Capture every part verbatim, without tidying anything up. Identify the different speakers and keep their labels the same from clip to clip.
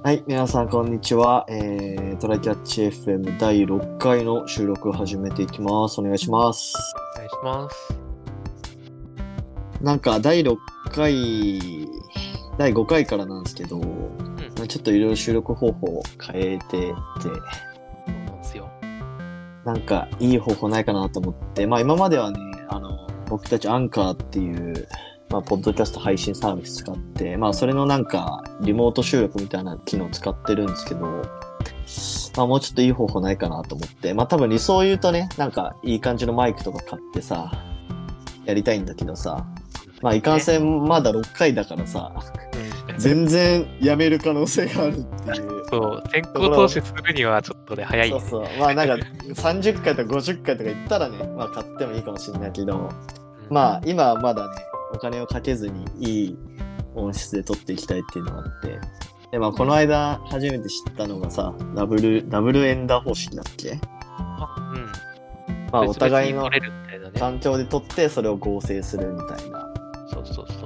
Speaker 1: はい、皆さんこんにちは。えー、トライキャッチ エフエム だいろっかいの収録を始めていきます。お願いします。
Speaker 2: お願いします。
Speaker 1: なんかだいろっかい、だいごかいからなんですけど、
Speaker 2: うん。
Speaker 1: ちょっといろいろ収録方法を変えてて、
Speaker 2: そうなんですよ。
Speaker 1: なんかいい方法ないかなと思って、まあ今まではね、あの、僕たちアンカーっていう、まあ、ポッドキャスト配信サービス使って、まあそれのなんかリモート収録みたいな機能を使ってるんですけど、まあもうちょっといい方法ないかなと思って、まあ多分理想を言うとね、なんかいい感じのマイクとか買ってさ、やりたいんだけどさ、まあいかんせんまだろっかいだからさ、
Speaker 2: うん。
Speaker 1: 全然やめる可能性があるっていう。
Speaker 2: そう、先行投資するにはちょっとね、早いね。
Speaker 1: そうそう。まあなんかさんじゅっかいとかごじゅっかいとか言ったらね、まあ買ってもいいかもしれないけど、
Speaker 2: うん、
Speaker 1: まあ今はまだね、お金をかけずにいい音質で撮っていきたいっていうのがあって、で、まあこの間初めて知ったのがさ、ダブル、ダブルエンダー方式だっけ？
Speaker 2: あ、うん。
Speaker 1: まあお互いの
Speaker 2: 別々に撮れるみたいなね。
Speaker 1: 環境で撮ってそれを合成するみたいな。
Speaker 2: そうそうそう。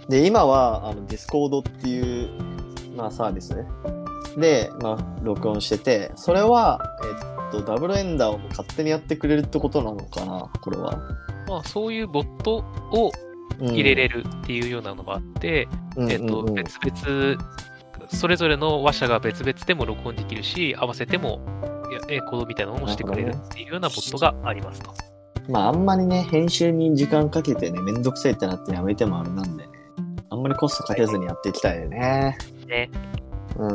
Speaker 1: で、今はあのディスコードっていう、まあサービスで、まあ録音してて、それは、えっと、ダブルエンダーを勝手にやってくれるってことなのかな、これは。
Speaker 2: まあ、そういうボットを入れれるっていうようなのがあって、
Speaker 1: うん、
Speaker 2: えっと、
Speaker 1: うんうんうん、
Speaker 2: 別々、それぞれの話者が別々でも録音できるし、合わせても、エコードみたいなのもしてくれるっていうようなボットがありますと。
Speaker 1: まああんまりね、編集に時間かけてね、めんどくせえってなってやめてもあれなんでね。あんまりコストかけずにやっていきたいよね。
Speaker 2: ね。
Speaker 1: うん。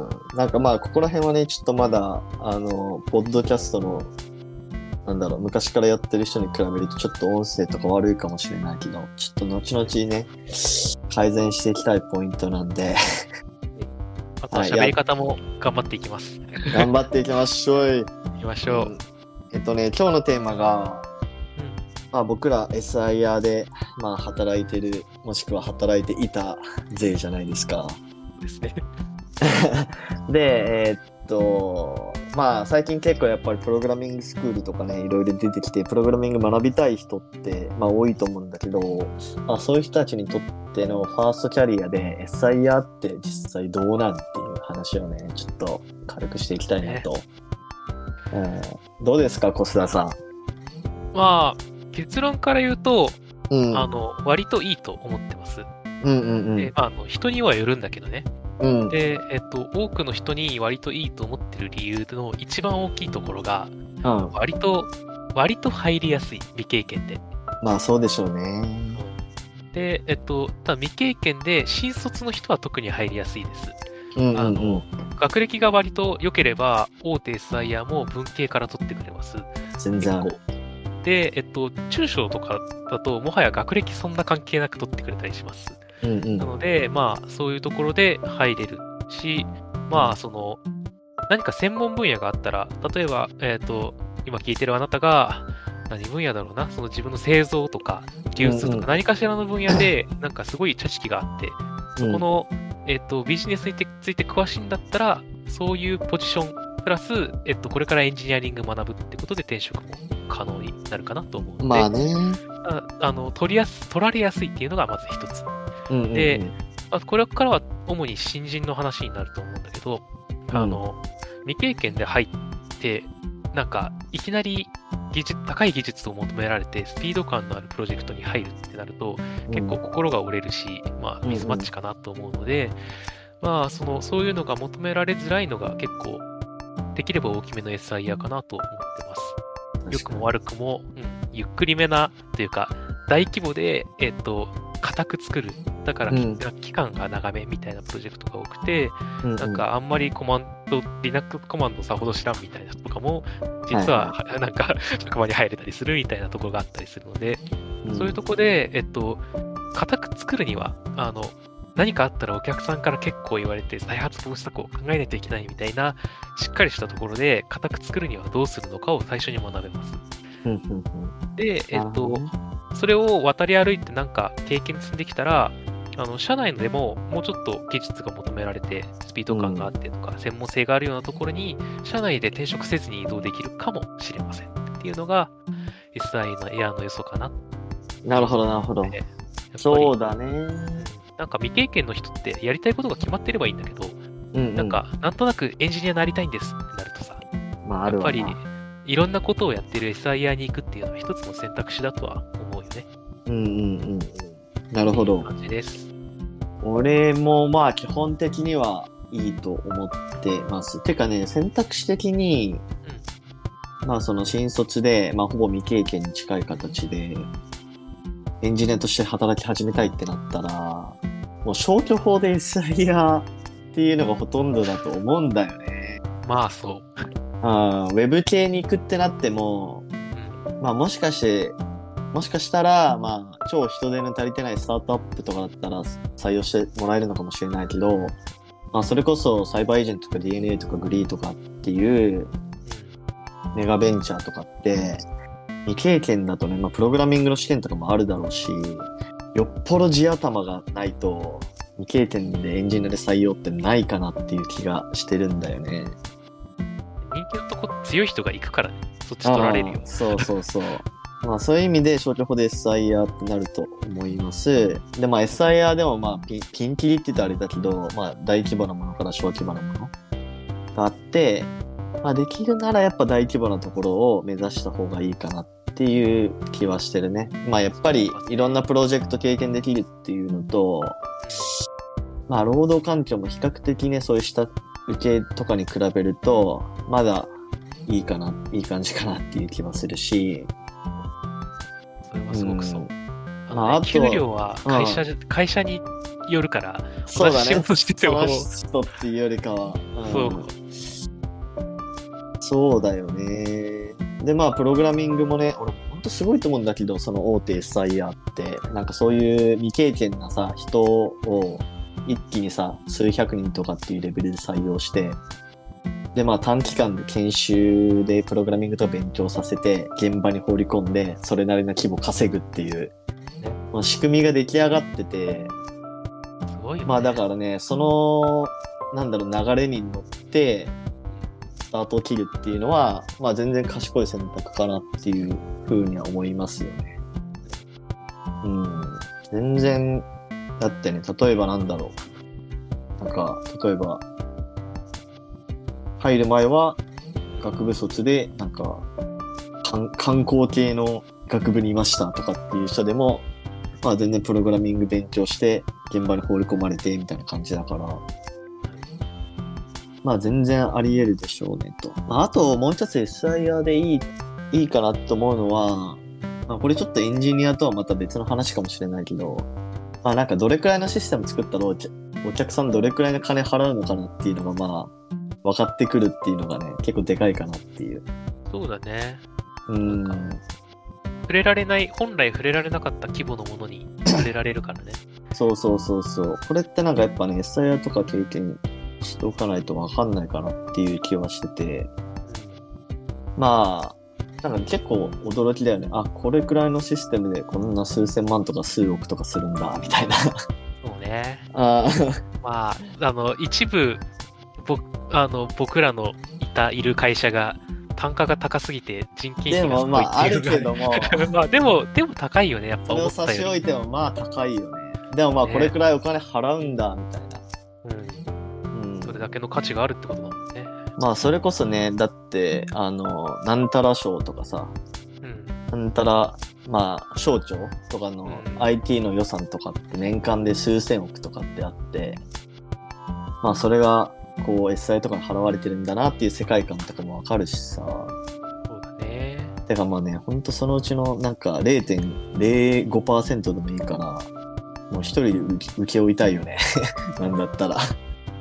Speaker 1: なんかまあ、ここら辺はね、ちょっとまだ、あの、ポッドキャストの、なんだろう、昔からやってる人に比べるとちょっと音声とか悪いかもしれないけど、ちょっと後々ね、改善していきたいポイントなんで。
Speaker 2: あとは喋り方も頑張っていきます。
Speaker 1: 頑張っていきましょう。
Speaker 2: いきましょう。うん、
Speaker 1: えっとね、今日のテーマが、まあ、僕ら エスアイアール で、まあ、働いてる、もしくは働いていた勢じゃないですか。
Speaker 2: ですね。
Speaker 1: で、えー、っと、まあ、最近結構やっぱりプログラミングスクールとかね、いろいろ出てきて、プログラミング学びたい人って、まあ多いと思うんだけど、まあ、そういう人たちにとってのファーストキャリアで エスアイアール って実際どうなんっていう話をね、ちょっと軽くしていきたいなと。ね、うん、どうですか、小須田さん。
Speaker 2: まあ、結論から言うと、
Speaker 1: うん、
Speaker 2: あの、割といいと思ってます。
Speaker 1: うんうんうん。
Speaker 2: で、まあ、あの、人にはよるんだけどね。
Speaker 1: うん、
Speaker 2: で、えっと、多くの人に割といいと思ってる理由の一番大きいところが、
Speaker 1: うん、
Speaker 2: 割と、割と入りやすい、未経験で。
Speaker 1: まあそうでしょうね。
Speaker 2: で、えっと、ただ未経験で新卒の人は特に入りやすいです。
Speaker 1: うんうんうん、
Speaker 2: あの、学歴が割と良ければ、大手 エスアイアール も文系から取ってくれます。
Speaker 1: 全然ある。
Speaker 2: で、えっと、中小とかだと、もはや学歴そんな関係なく取ってくれたりします。
Speaker 1: うんうん、
Speaker 2: なので、まあ、そういうところで入れるし、まあ、その、何か専門分野があったら、例えば、えっと、今聞いてるあなたが、何分野だろうな、その自分の製造とか、流通とか何かしらの分野で、なんかすごい知識があって、そこの、えっと、ビジネスについて詳しいんだったら、そういうポジション、プラス、えっと、これからエンジニアリング学ぶってことで転職も可能になるかなと思うので、
Speaker 1: まあね。
Speaker 2: ああの、取りやす、取られやすいっていうのがまず一つ。
Speaker 1: うんうんうん、
Speaker 2: で、あこれからは主に新人の話になると思うんだけど、うん、あの、未経験で入って、なんか、いきなり技術、高い技術を求められて、スピード感のあるプロジェクトに入るってなると、結構心が折れるし、まあ、ミスマッチかなと思うので、うんうん、まあ、その、そういうのが求められづらいのが結構、できれば大きめの エスアイアール かなと思ってます。良くも悪くも、うん、ゆっくりめな、というか、大規模で、えっと、固く作る。だから、うん、期間が長めみたいなプロジェクトが多くて、うんうん、なんかあんまりコマンド、Linux コマンドさほど知らんみたいな人とかも、実は、はいはい、なんか、職場に入れたりするみたいなところがあったりするので、うん、そういうところで、えっと、固く作るには、あの、何かあったらお客さんから結構言われて、再発防止策を考えないといけないみたいな、しっかりしたところで、固く作るにはどうするのかを最初に学べます。で、えっと、それを渡り歩いてなんか経験積んできたら、あの、社内でももうちょっと技術が求められて、スピード感があってとか、うん、専門性があるようなところに、社内で転職せずに移動できるかもしれませんっていうのが、エスアイ のエアの良さかな。
Speaker 1: なるほど、なるほど。そうだね。
Speaker 2: なんか未経験の人ってやりたいことが決まってればいいんだけど、
Speaker 1: うんうん、
Speaker 2: なんか、なんとなくエンジニアになりたいんですってなるとさ、
Speaker 1: まあ、あるわな。
Speaker 2: やっぱり、いろんなことをやってる エスアイアール に行くっていうのは一つの選択肢だとは思うよね。
Speaker 1: うんうんうんうん。なるほど。
Speaker 2: 感じです。
Speaker 1: 俺もまあ基本的にはいいと思ってます。てかね、選択肢的に、うん、まあその新卒で、まあほぼ未経験に近い形で、エンジニアとして働き始めたいってなったら、もう消去法で エスアイアール っていうのがほとんどだと思うんだよね。
Speaker 2: まあそう。
Speaker 1: あウェブ系に行くってなっても、うん、まあもしかして、もしかしたら、まあ、超人手の足りてないスタートアップとかだったら採用してもらえるのかもしれないけど、まあ、それこそサイバーエージェントとか ディーエヌエー とかグリーとかっていうメガベンチャーとかって、未経験だとね、まあ、プログラミングの試験とかもあるだろうし、よっぽど地頭がないと、未経験でエンジニアで採用ってないかなっていう気がしてるんだよね。
Speaker 2: 人気のとこ強い人が行くからね、そっち取られるよ。
Speaker 1: そうそうそう。まあそういう意味で消去法で エスアイアール ってなると思います。で、まあ エスアイアール でもまあピン、ピンキリって言ったらあれだけど、まあ大規模なものから小規模なものがあって、まあできるならやっぱ大規模なところを目指した方がいいかなっていう気はしてるね。まあやっぱりいろんなプロジェクト経験できるっていうのと、まあ労働環境も比較的ね、そういう下請けとかに比べると、まだいいかな、いい感じかなっていう気はするし、
Speaker 2: それはすごくそう。うん、あのね、
Speaker 1: まあ、あと
Speaker 2: 給料は会社、うん、会社によるから、
Speaker 1: そうだね。
Speaker 2: 仕事してても。
Speaker 1: その人っていうよりかは。
Speaker 2: うん、そう。
Speaker 1: そうだよね。で、まあ、プログラミングもね、俺、ほんとすごいと思うんだけど、その大手 エスアイアール って、なんかそういう未経験なさ、人を一気にさ、数百人とかっていうレベルで採用して、で、まあ短期間で研修でプログラミングと勉強させて、現場に放り込んで、それなりの規模稼ぐっていう、ね、まあ、仕組みが出来上がってて、
Speaker 2: すごいよね。
Speaker 1: まあだからね、その、なんだろう、流れに乗って、スタートを切るっていうのは、まあ全然賢い選択かなっていうふうには思いますよね。うん。全然、だってね、例えばなんだろう。なんか、例えば、入る前は学部卒でなんか観光系の学部にいましたとかっていう人でも、まあ全然プログラミング勉強して現場に放り込まれてみたいな感じだから、まあ全然あり得るでしょうねと。まあ、あともう一つ エスアイアール でいいいいかなと思うのは、まあ、これちょっとエンジニアとはまた別の話かもしれないけど、まあなんかどれくらいのシステム作ったらお客さんどれくらいの金払うのかなっていうのがまあ分かってくるっていうのがね、結構でかいかなっていう。
Speaker 2: そうだね。
Speaker 1: うん。
Speaker 2: 触れられない、本来触れられなかった規模のものに触れられるからね。
Speaker 1: そうそうそうそう。これってなんかやっぱね、エスアイアール とか経験しておかないと分かんないかなっていう気はしてて。うん、まあ、なんか結構驚きだよね。あ、これくらいのシステムでこんな数千万とか数億とかするんだ、みたいな。
Speaker 2: そうね。
Speaker 1: あ
Speaker 2: まあ、あの、一部、ぼあの僕らのいたいる会社が単価が高すぎて人件費がすごいっていうのが、ね、でもまああるけどもまあでもでも高いよね、やっぱ思ったより。
Speaker 1: それを差し置いてもまあ高いよね。でもまあこれくらいお金払うんだみたいな、
Speaker 2: ね、うん、うん、それだけの価値があるってことだもんね。
Speaker 1: まあそれこそね、だってあのなんたら賞とかさ、うん、なんたらまあ省庁とかの アイティー の予算とかって年間で数千億とかってあって、まあそれがこう エスアイ とかに払われてるんだなっていう世界観とかもわかるしさ。
Speaker 2: そうだね。
Speaker 1: てかまあね、ほんとそのうちのなんか ゼロてんゼロごパーセント でもいいから、もう一人で請け負いたいよね。なんだったら。もう、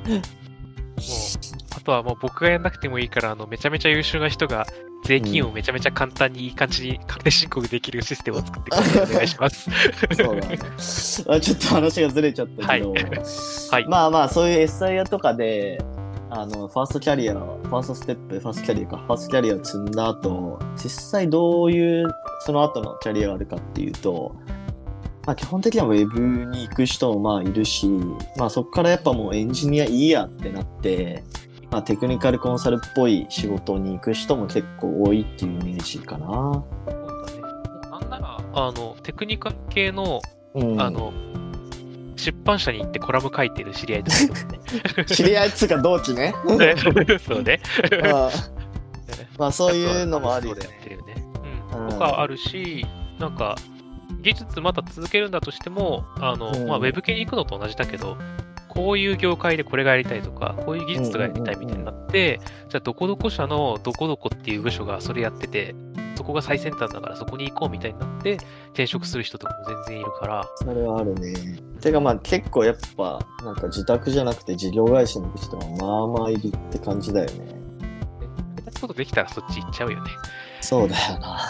Speaker 2: あとはもう僕がやんなくてもいいから、あの、めちゃめちゃ優秀な人が税金をめちゃめちゃ簡単にいい感じに確定申告できるシステムを作ってくれてお願いします。
Speaker 1: そうだね。あ、ちょっと話がずれちゃったけど、はいはい、まあまあそういう エスアイアール とかで、あの、ファーストキャリア、ファーストステップ、ファーストキャリアか、ファーストキャリアを積んだ後、実際どういうその後のキャリアがあるかっていうと、まあ基本的にはウェブに行く人もまあいるし、まあそこからやっぱもうエンジニアいいやってなって、まあテクニカルコンサルっぽい仕事に行く人も結構多いっていうイメージかな。
Speaker 2: そうだね。なんなら、あの、テクニカル系の、うん、あの、 出版社に行ってコラム書いてる知り合いとかいるもんね。
Speaker 1: 知り合いっつうか同期ね。
Speaker 2: そうね。
Speaker 1: あまあそういうのもあるよね。
Speaker 2: そうやってるよね。うん。とかあるし、なんか、技術また続けるんだとしても、あの、
Speaker 1: うん
Speaker 2: まあ、ウェブ系に行くのと同じだけど、こういう業界でこれがやりたいとか、こういう技術がやりたいみたいになって、じゃあどこどこ社のどこどこっていう部署がそれやってて、そこが最先端だからそこに行こうみたいになって転職する人とかも全然いるから。
Speaker 1: それはあるね。てかまあ結構やっぱなんか自宅じゃなくて事業会社に行く人はまあまあいるって感じだよね。
Speaker 2: やりたいことできたらそっち行っちゃうよね。
Speaker 1: そうだよな。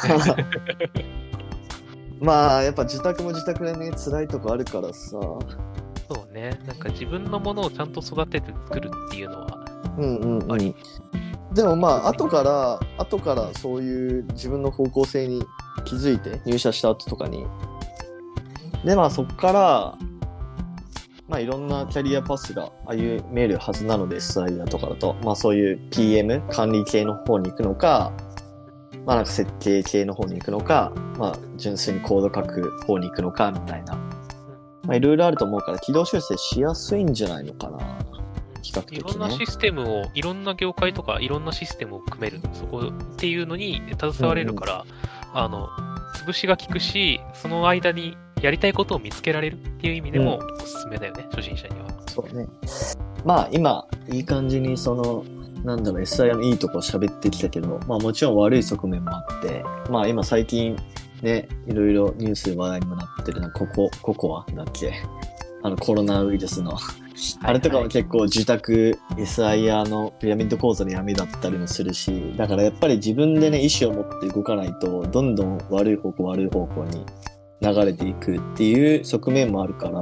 Speaker 1: まあやっぱ自宅も自宅でね辛いとこあるからさ。
Speaker 2: そうね。なんか自分のものをちゃんと育てて作るっていうのは
Speaker 1: うんうんうん。
Speaker 2: あり。
Speaker 1: でもまあ後から後からそういう自分の方向性に気づいて入社した後とかにでまあそっからまあいろんなキャリアパスが歩めるはずなので エスアイ だとかだとまあそういう ピーエム 管理系の方に行くのかまあなんか設計系の方に行くのかまあ純粋にコード書く方に行くのかみたいなまあいろいろあると思うから軌道修正しやすいんじゃないのかな。比較的ね、
Speaker 2: いろんなシステムを、いろんな業界とかいろんなシステムを組める、そこっていうのに携われるから、うんうん、あの、潰しが効くし、その間にやりたいことを見つけられるっていう意味でもおすすめだよね、うん、初心者には。
Speaker 1: そうね。まあ今、いい感じにその、なんだろう、エスアイ のいいとこ喋ってきたけど、まあもちろん悪い側面もあって、まあ今最近ね、いろいろニュースで話題にもなってるな、ここ、ココアだっけあのコロナウイルスの。あれとかは結構自宅 エスアイ のピラミッド構造の闇だったりもするし、だからやっぱり自分でね、意思を持って動かないと、どんどん悪い方向悪い方向に流れていくっていう側面もあるから、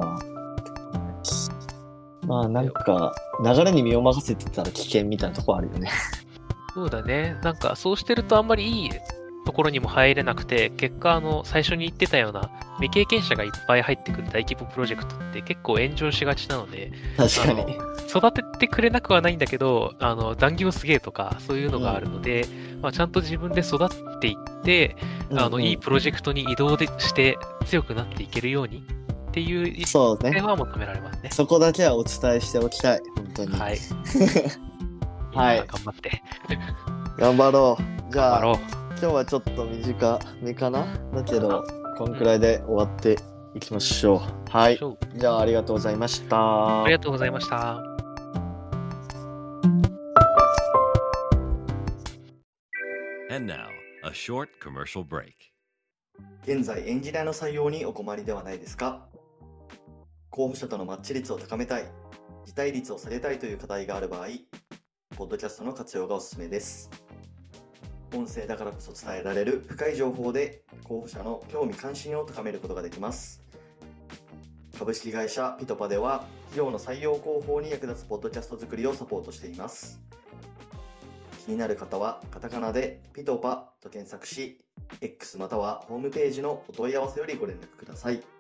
Speaker 1: まあなんか流れに身を任せてたら危険みたいなとこあるよね。
Speaker 2: そうだね。なんかそうしてるとあんまりいいところにも入れなくて、結果あの最初に言ってたような未経験者がいっぱい入ってくる大規模プロジェクトって結構炎上しがちなので、
Speaker 1: 確かに
Speaker 2: 育ててくれなくはないんだけど、あの残業すげえとかそういうのがあるので、うんまあ、ちゃんと自分で育っていって、うんうん、あのいいプロジェクトに移動でして強くなっていけるようにっていう
Speaker 1: そうね。
Speaker 2: 点は求められますね。
Speaker 1: そこだけはお伝えしておきたい本当に。
Speaker 2: はい。
Speaker 1: はい。
Speaker 2: 頑張って。
Speaker 1: 頑張ろう。じゃあ。
Speaker 2: 頑張ろう。
Speaker 1: 今日はちょっと短めかなだけど、こんくらいで終わっていきましょう。はい。じゃあありがとうございました。
Speaker 2: ありがとうございました。
Speaker 3: And now, a short commercial break.
Speaker 1: 現在エンジニアの採用にお困りではないですか？候補者とのマッチ率を高めたい、辞退率を下げたいという課題がある場合、ポッドキャストの活用がおすすめです。音声だからこそ伝えられる深い情報で候補者の興味関心を高めることができます。株式会社ピトパでは企業の採用広報に役立つポッドキャスト作りをサポートしています。気になる方はカタカナでピトパと検索し、X またはホームページのお問い合わせよりご連絡ください。